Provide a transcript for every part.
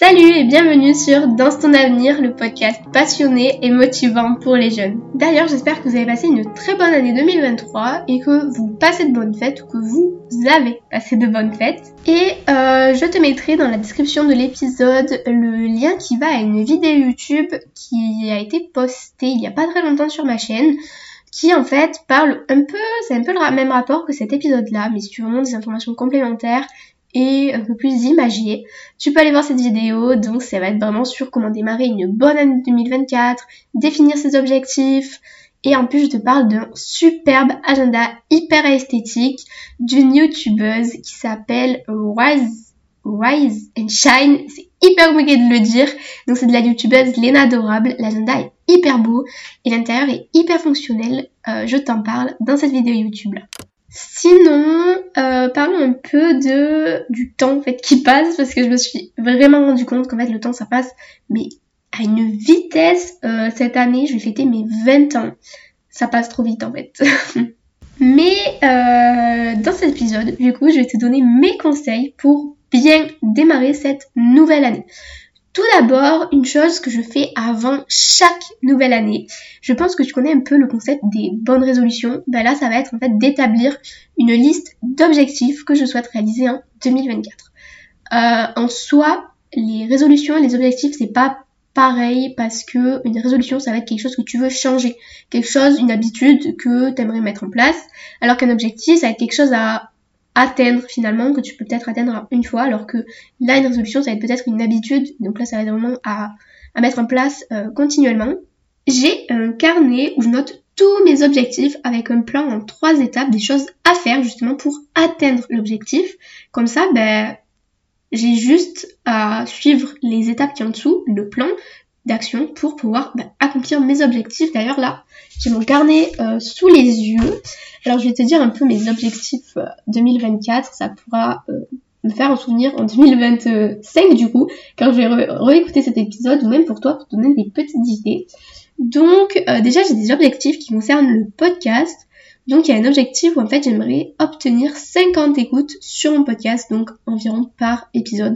Salut et bienvenue sur Danse ton avenir, le podcast passionné et motivant pour les jeunes. D'ailleurs, j'espère que vous avez passé une très bonne année 2023 et que vous passez de bonnes fêtes ou que vous avez passé de bonnes fêtes. Et je te mettrai dans la description de l'épisode le lien qui va à une vidéo YouTube qui a été postée il n'y a pas très longtemps sur ma chaîne, qui en fait parle c'est un peu le même rapport que cet épisode-là, mais sur vraiment des informations complémentaires et un peu plus imagé. Tu peux aller voir cette vidéo, donc ça va être vraiment sur comment démarrer une bonne année 2024, définir ses objectifs, et en plus je te parle d'un superbe agenda hyper esthétique d'une youtubeuse qui s'appelle Rise and Shine, c'est hyper compliqué de le dire, donc c'est de la youtubeuse Léna Adorable, l'agenda est hyper beau et l'intérieur est hyper fonctionnel, je t'en parle dans cette vidéo YouTube là. Sinon, parlons un peu du temps en fait qui passe, parce que je me suis vraiment rendu compte qu'en fait le temps ça passe mais à une vitesse. Cette année je vais fêter mes 20 ans, ça passe trop vite en fait. Mais dans cet épisode du coup je vais te donner mes conseils pour bien démarrer cette nouvelle année. Tout d'abord, une chose que je fais avant chaque nouvelle année, je pense que tu connais un peu le concept des bonnes résolutions. Ben là, ça va être en fait d'établir une liste d'objectifs que je souhaite réaliser en 2024. En soi, les résolutions et les objectifs, c'est pas pareil, parce que une résolution, ça va être quelque chose que tu veux changer, quelque chose, une habitude que tu aimerais mettre en place, alors qu'un objectif, ça va être quelque chose à atteindre finalement, que tu peux peut-être atteindre une fois, alors que là une résolution ça va être peut-être une habitude, donc là ça va être vraiment à mettre en place continuellement. J'ai un carnet où je note tous mes objectifs avec un plan en 3 étapes, des choses à faire justement pour atteindre l'objectif. Comme ça, j'ai juste à suivre les étapes qui sont en dessous, le plan d'action pour pouvoir accomplir mes objectifs. D'ailleurs là, j'ai mon carnet sous les yeux. Alors je vais te dire un peu mes objectifs 2024, ça pourra me faire en souvenir en 2025 du coup, quand je vais réécouter cet épisode, ou même pour toi, pour te donner des petites idées. Donc déjà j'ai des objectifs qui concernent le podcast. Donc il y a un objectif où en fait j'aimerais obtenir 50 écoutes sur mon podcast, donc environ par épisode.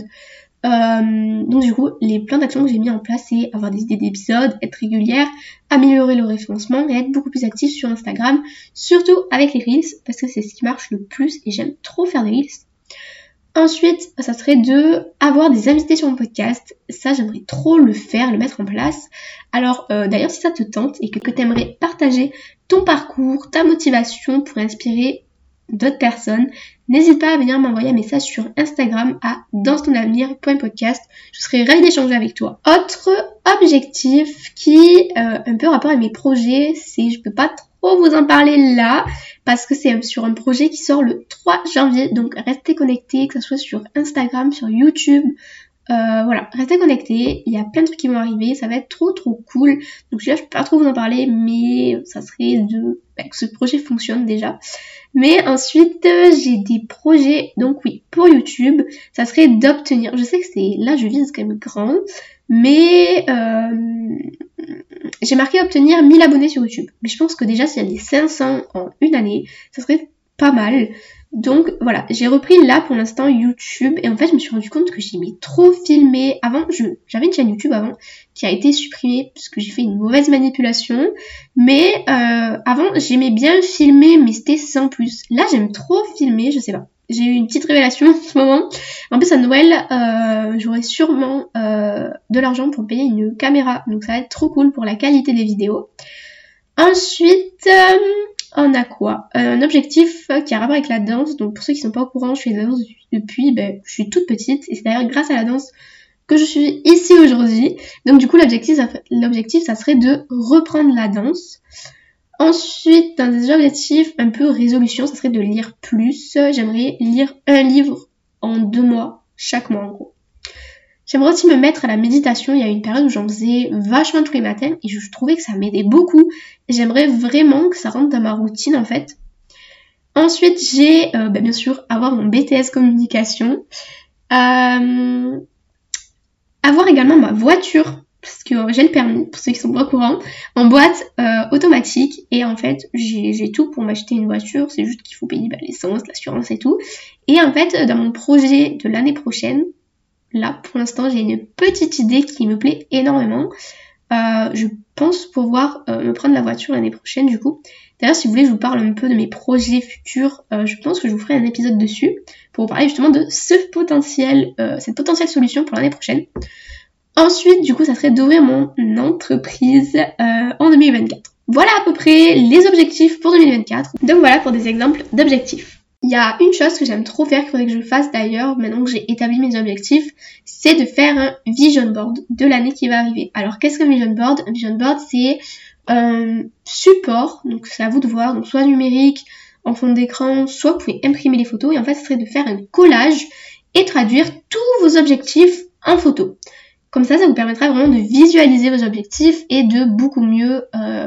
Donc du coup, les plans d'action que j'ai mis en place, c'est avoir des idées d'épisodes, être régulière, améliorer le référencement et être beaucoup plus active sur Instagram, surtout avec les Reels, parce que c'est ce qui marche le plus et j'aime trop faire des Reels. Ensuite, ça serait de avoir des invités sur mon podcast. Ça, j'aimerais trop le faire, le mettre en place. Alors, d'ailleurs, si ça te tente et que tu aimerais partager ton parcours, ta motivation pour inspirer d'autres personnes, n'hésite pas à venir m'envoyer un message sur Instagram à dansetonAvenir.podcast. Je serai ravie d'échanger avec toi. Autre objectif qui un peu rapport à mes projets, c'est, je peux pas trop vous en parler là parce que c'est sur un projet qui sort le 3 janvier, donc restez connectés, que ce soit sur Instagram, sur YouTube. Voilà, restez connectés, il y a plein de trucs qui vont arriver, ça va être trop cool. Donc là je peux pas trop vous en parler, mais ça serait que ce projet fonctionne déjà. Mais ensuite j'ai des projets, donc oui, pour YouTube, ça serait d'obtenir, je sais que là je vise quand même grand, mais j'ai marqué obtenir 1000 abonnés sur YouTube. Mais je pense que déjà s'il y a des 500 en une année, ça serait pas mal. Donc voilà, j'ai repris là pour l'instant YouTube et en fait je me suis rendu compte que j'aimais trop filmer. Avant, j'avais une chaîne YouTube avant qui a été supprimée parce que j'ai fait une mauvaise manipulation. Mais avant j'aimais bien filmer mais c'était sans plus. Là j'aime trop filmer, je sais pas. J'ai eu une petite révélation en ce moment. En plus à Noël, j'aurai sûrement de l'argent pour payer une caméra. Donc ça va être trop cool pour la qualité des vidéos. Ensuite... on a quoi ? Un objectif qui a rapport avec la danse. Donc pour ceux qui sont pas au courant, je fais de la danse depuis je suis toute petite. Et c'est d'ailleurs grâce à la danse que je suis ici aujourd'hui. Donc du coup l'objectif ça serait de reprendre la danse. Ensuite, dans des objectifs un peu résolution, ça serait de lire plus. J'aimerais lire un livre en 2 mois, chaque mois en gros. J'aimerais aussi me mettre à la méditation. Il y a une période où j'en faisais vachement tous les matins et je trouvais que ça m'aidait beaucoup. J'aimerais vraiment que ça rentre dans ma routine en fait. Ensuite, j'ai bien sûr avoir mon BTS communication. Avoir également ma voiture, parce que j'ai le permis, pour ceux qui sont pas au courant, en boîte automatique. Et en fait, j'ai tout pour m'acheter une voiture. C'est juste qu'il faut payer l'essence, l'assurance et tout. Et en fait, dans mon projet de l'année prochaine, là, pour l'instant, j'ai une petite idée qui me plaît énormément. Je pense pouvoir me prendre la voiture l'année prochaine du coup. D'ailleurs, si vous voulez, je vous parle un peu de mes projets futurs. Je pense que je vous ferai un épisode dessus pour vous parler justement de cette potentielle solution pour l'année prochaine. Ensuite, du coup, ça serait d'ouvrir mon entreprise en 2024. Voilà à peu près les objectifs pour 2024. Donc voilà pour des exemples d'objectifs. Il y a une chose que j'aime trop faire, qu'il faudrait que je fasse d'ailleurs, maintenant que j'ai établi mes objectifs, c'est de faire un vision board de l'année qui va arriver. Alors qu'est-ce qu'un vision board ? Un vision board, c'est un support, donc c'est à vous de voir, donc soit numérique, en fond d'écran, soit vous pouvez imprimer les photos, et en fait ce serait de faire un collage et traduire tous vos objectifs en photo. Comme ça vous permettra vraiment de visualiser vos objectifs et de beaucoup mieux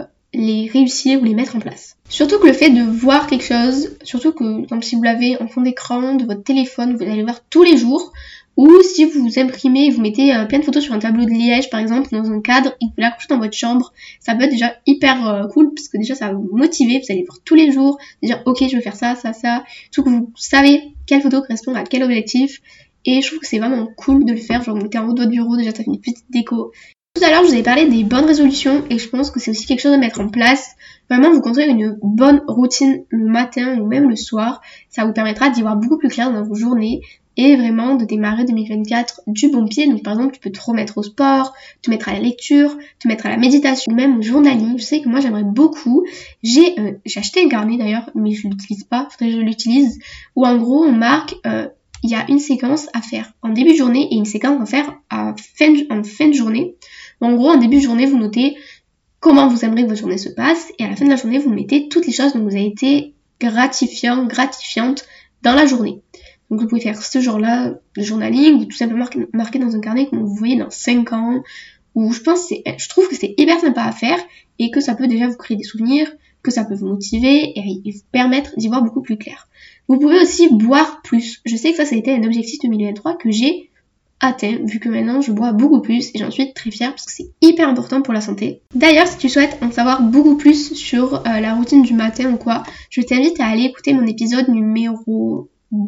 les réussir ou les mettre en place. Surtout que le fait de voir quelque chose, surtout que comme si vous l'avez en fond d'écran de votre téléphone, vous allez le voir tous les jours, ou si vous imprimez et vous mettez plein de photos sur un tableau de liège par exemple dans un cadre et que vous l'accrochez dans votre chambre, ça peut être déjà hyper cool parce que déjà ça va vous motiver, vous allez voir tous les jours, dire ok je veux faire ça, surtout que vous savez quelle photo correspond à quel objectif et je trouve que c'est vraiment cool de le faire, genre vous mettez en haut de votre bureau, déjà ça fait une petite déco. Tout à l'heure, je vous avais parlé des bonnes résolutions et je pense que c'est aussi quelque chose à mettre en place. Vraiment, vous construire une bonne routine le matin ou même le soir. Ça vous permettra d'y voir beaucoup plus clair dans vos journées et vraiment de démarrer 2024 du bon pied. Donc par exemple, tu peux te remettre au sport, te mettre à la lecture, te mettre à la méditation ou même au journaling. Je sais que moi, j'aimerais beaucoup. J'ai acheté un carnet d'ailleurs, mais je l'utilise pas. Faudrait que je l'utilise. Où en gros, on marque... il y a une séquence à faire en début de journée et une séquence à faire en fin de journée. En gros, en début de journée, vous notez comment vous aimeriez que votre journée se passe et à la fin de la journée, vous mettez toutes les choses dont vous avez été gratifiantes dans la journée. Donc vous pouvez faire ce genre-là de journaling ou tout simplement marquer dans un carnet comme vous voyez dans 5 ans où je trouve que c'est hyper sympa à faire et que ça peut déjà vous créer des souvenirs, que ça peut vous motiver et vous permettre d'y voir beaucoup plus clair. Vous pouvez aussi boire plus. Je sais que ça a été un objectif 2023 que j'ai atteint, vu que maintenant je bois beaucoup plus et j'en suis très fière parce que c'est hyper important pour la santé. D'ailleurs, si tu souhaites en savoir beaucoup plus sur la routine du matin ou quoi, je t'invite à aller écouter mon épisode numéro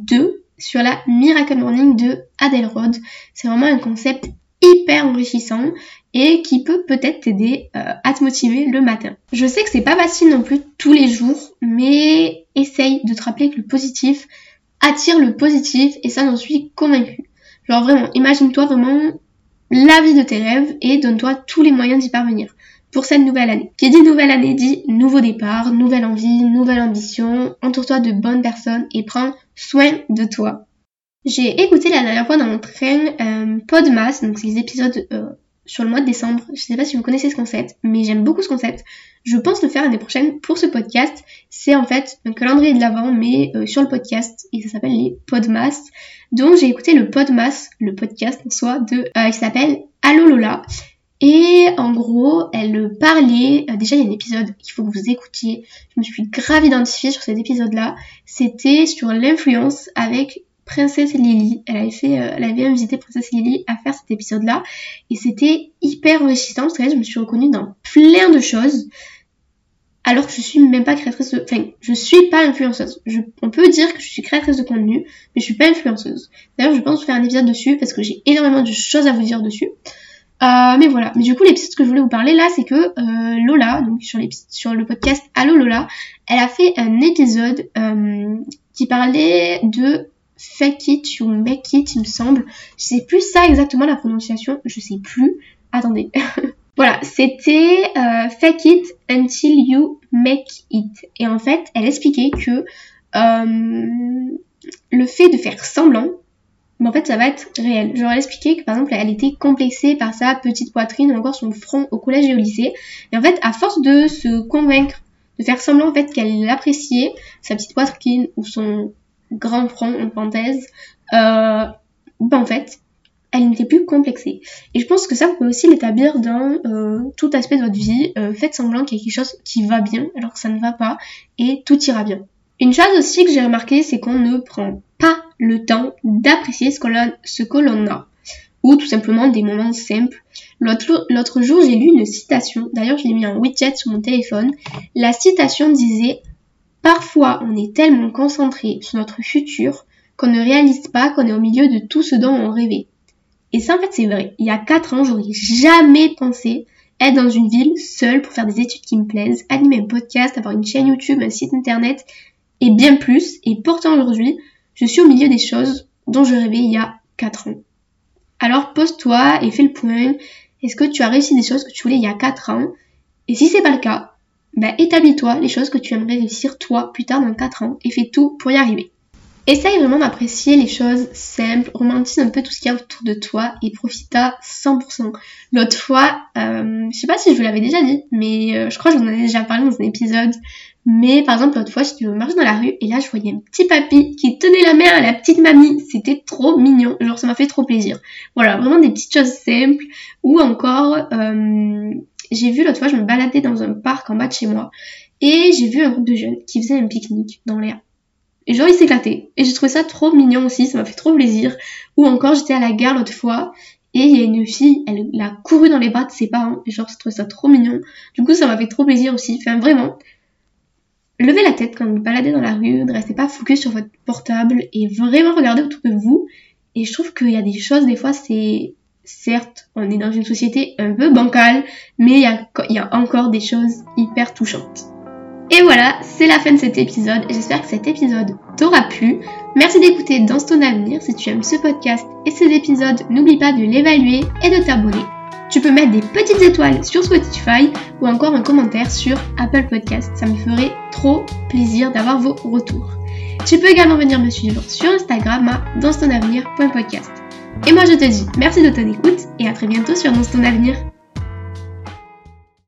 2 sur la Miracle Morning de Adele Rhodes. C'est vraiment un concept hyper enrichissant et qui peut peut-être t'aider à te motiver le matin. Je sais que c'est pas facile non plus tous les jours, mais essaye de te rappeler que le positif attire le positif et ça j'en suis convaincue. Genre vraiment, imagine-toi vraiment la vie de tes rêves et donne-toi tous les moyens d'y parvenir pour cette nouvelle année. Qui dit nouvelle année dit nouveau départ, nouvelle envie, nouvelle ambition, entoure-toi de bonnes personnes et prends soin de toi. J'ai écouté la dernière fois dans mon train Podmas, donc c'est les épisodes sur le mois de décembre. Je sais pas si vous connaissez ce concept, mais j'aime beaucoup ce concept. Je pense le faire l'année prochaine pour ce podcast. C'est en fait un calendrier de l'Avent, mais sur le podcast, et ça s'appelle les Podmas. Donc j'ai écouté le Podmas, le podcast en soi, qui s'appelle Allo Lola. Et en gros, elle parlait, déjà il y a un épisode qu'il faut que vous écoutiez, je me suis grave identifiée sur cet épisode-là, c'était sur l'influence avec Princesse Lily. Elle avait invité Princesse Lily à faire cet épisode-là et c'était hyper enrichissant parce que là, je me suis reconnue dans plein de choses alors que je suis même pas créatrice de... Enfin, je suis pas influenceuse. On peut dire que je suis créatrice de contenu, mais je suis pas influenceuse. D'ailleurs, je pense faire un épisode dessus parce que j'ai énormément de choses à vous dire dessus. Mais voilà. Mais du coup, l'épisode que je voulais vous parler là, c'est que Lola, donc sur le podcast Allo Lola, elle a fait un épisode qui parlait de fake it ou make it, il me semble. Je sais plus ça exactement la prononciation, je sais plus. Attendez. Voilà, c'était fake it until you make it. Et en fait, elle expliquait que le fait de faire semblant, mais en fait ça va être réel. Genre elle expliquait que par exemple elle était complexée par sa petite poitrine ou encore son front au collège et au lycée. Et en fait à force de se convaincre, de faire semblant en fait qu'elle appréciait sa petite poitrine ou son grand front en parenthèse, en fait elle n'était plus complexée. Et je pense que ça vous pouvez aussi l'établir dans tout aspect de votre vie. Faites semblant qu'il y a quelque chose qui va bien alors que ça ne va pas et tout ira bien. Une chose aussi que j'ai remarqué, c'est qu'on ne prend pas le temps d'apprécier ce que l'on a. Ou tout simplement des moments simples. L'autre jour, j'ai lu une citation. D'ailleurs, je l'ai mis en widget sur mon téléphone. La citation disait « Parfois, on est tellement concentré sur notre futur qu'on ne réalise pas qu'on est au milieu de tout ce dont on rêvait. Et ça, en fait, c'est vrai. Il y a 4 ans, j'aurais jamais pensé être dans une ville seule pour faire des études qui me plaisent, animer un podcast, avoir une chaîne YouTube, un site internet et bien plus. Et pourtant, aujourd'hui, je suis au milieu des choses dont je rêvais il y a 4 ans. Alors, pose-toi et fais le point. Est-ce que tu as réussi des choses que tu voulais il y a 4 ans? Et si c'est pas le cas, établis-toi les choses que tu aimerais réussir toi plus tard dans 4 ans et fais tout pour y arriver. Essaye vraiment d'apprécier les choses simples, romantise un peu tout ce qu'il y a autour de toi et profite à 100%. L'autre fois, je sais pas si je vous l'avais déjà dit, mais je crois que j'en ai déjà parlé dans un épisode. Mais par exemple, l'autre fois, j'étais marcher dans la rue et là, je voyais un petit papy qui tenait la main à la petite mamie. C'était trop mignon, genre ça m'a fait trop plaisir. Voilà, vraiment des petites choses simples. Ou encore, j'ai vu l'autre fois, je me baladais dans un parc en bas de chez moi et j'ai vu un groupe de jeunes qui faisaient un pique-nique dans l'air. Et genre, ils s'éclataient. Et j'ai trouvé ça trop mignon aussi, ça m'a fait trop plaisir. Ou encore, j'étais à la gare l'autre fois, et il y a une fille, elle a couru dans les bras de ses parents, et genre, j'ai trouvé ça trop mignon. Du coup, ça m'a fait trop plaisir aussi. Enfin, vraiment, levez la tête quand vous baladez dans la rue, ne restez pas focus sur votre portable, et vraiment regardez autour de vous. Et je trouve qu'il y a des choses, des fois, c'est... Certes, on est dans une société un peu bancale, mais il y a encore des choses hyper touchantes. Et voilà, c'est la fin de cet épisode. J'espère que cet épisode t'aura plu. Merci d'écouter Danse ton avenir. Si tu aimes ce podcast et ces épisodes, n'oublie pas de l'évaluer et de t'abonner. Tu peux mettre des petites étoiles sur Spotify ou encore un commentaire sur Apple Podcast. Ça me ferait trop plaisir d'avoir vos retours. Tu peux également venir me suivre sur Instagram à dansetonavenir.podcast. Et moi je te dis merci de ton écoute et à très bientôt sur Danse ton avenir.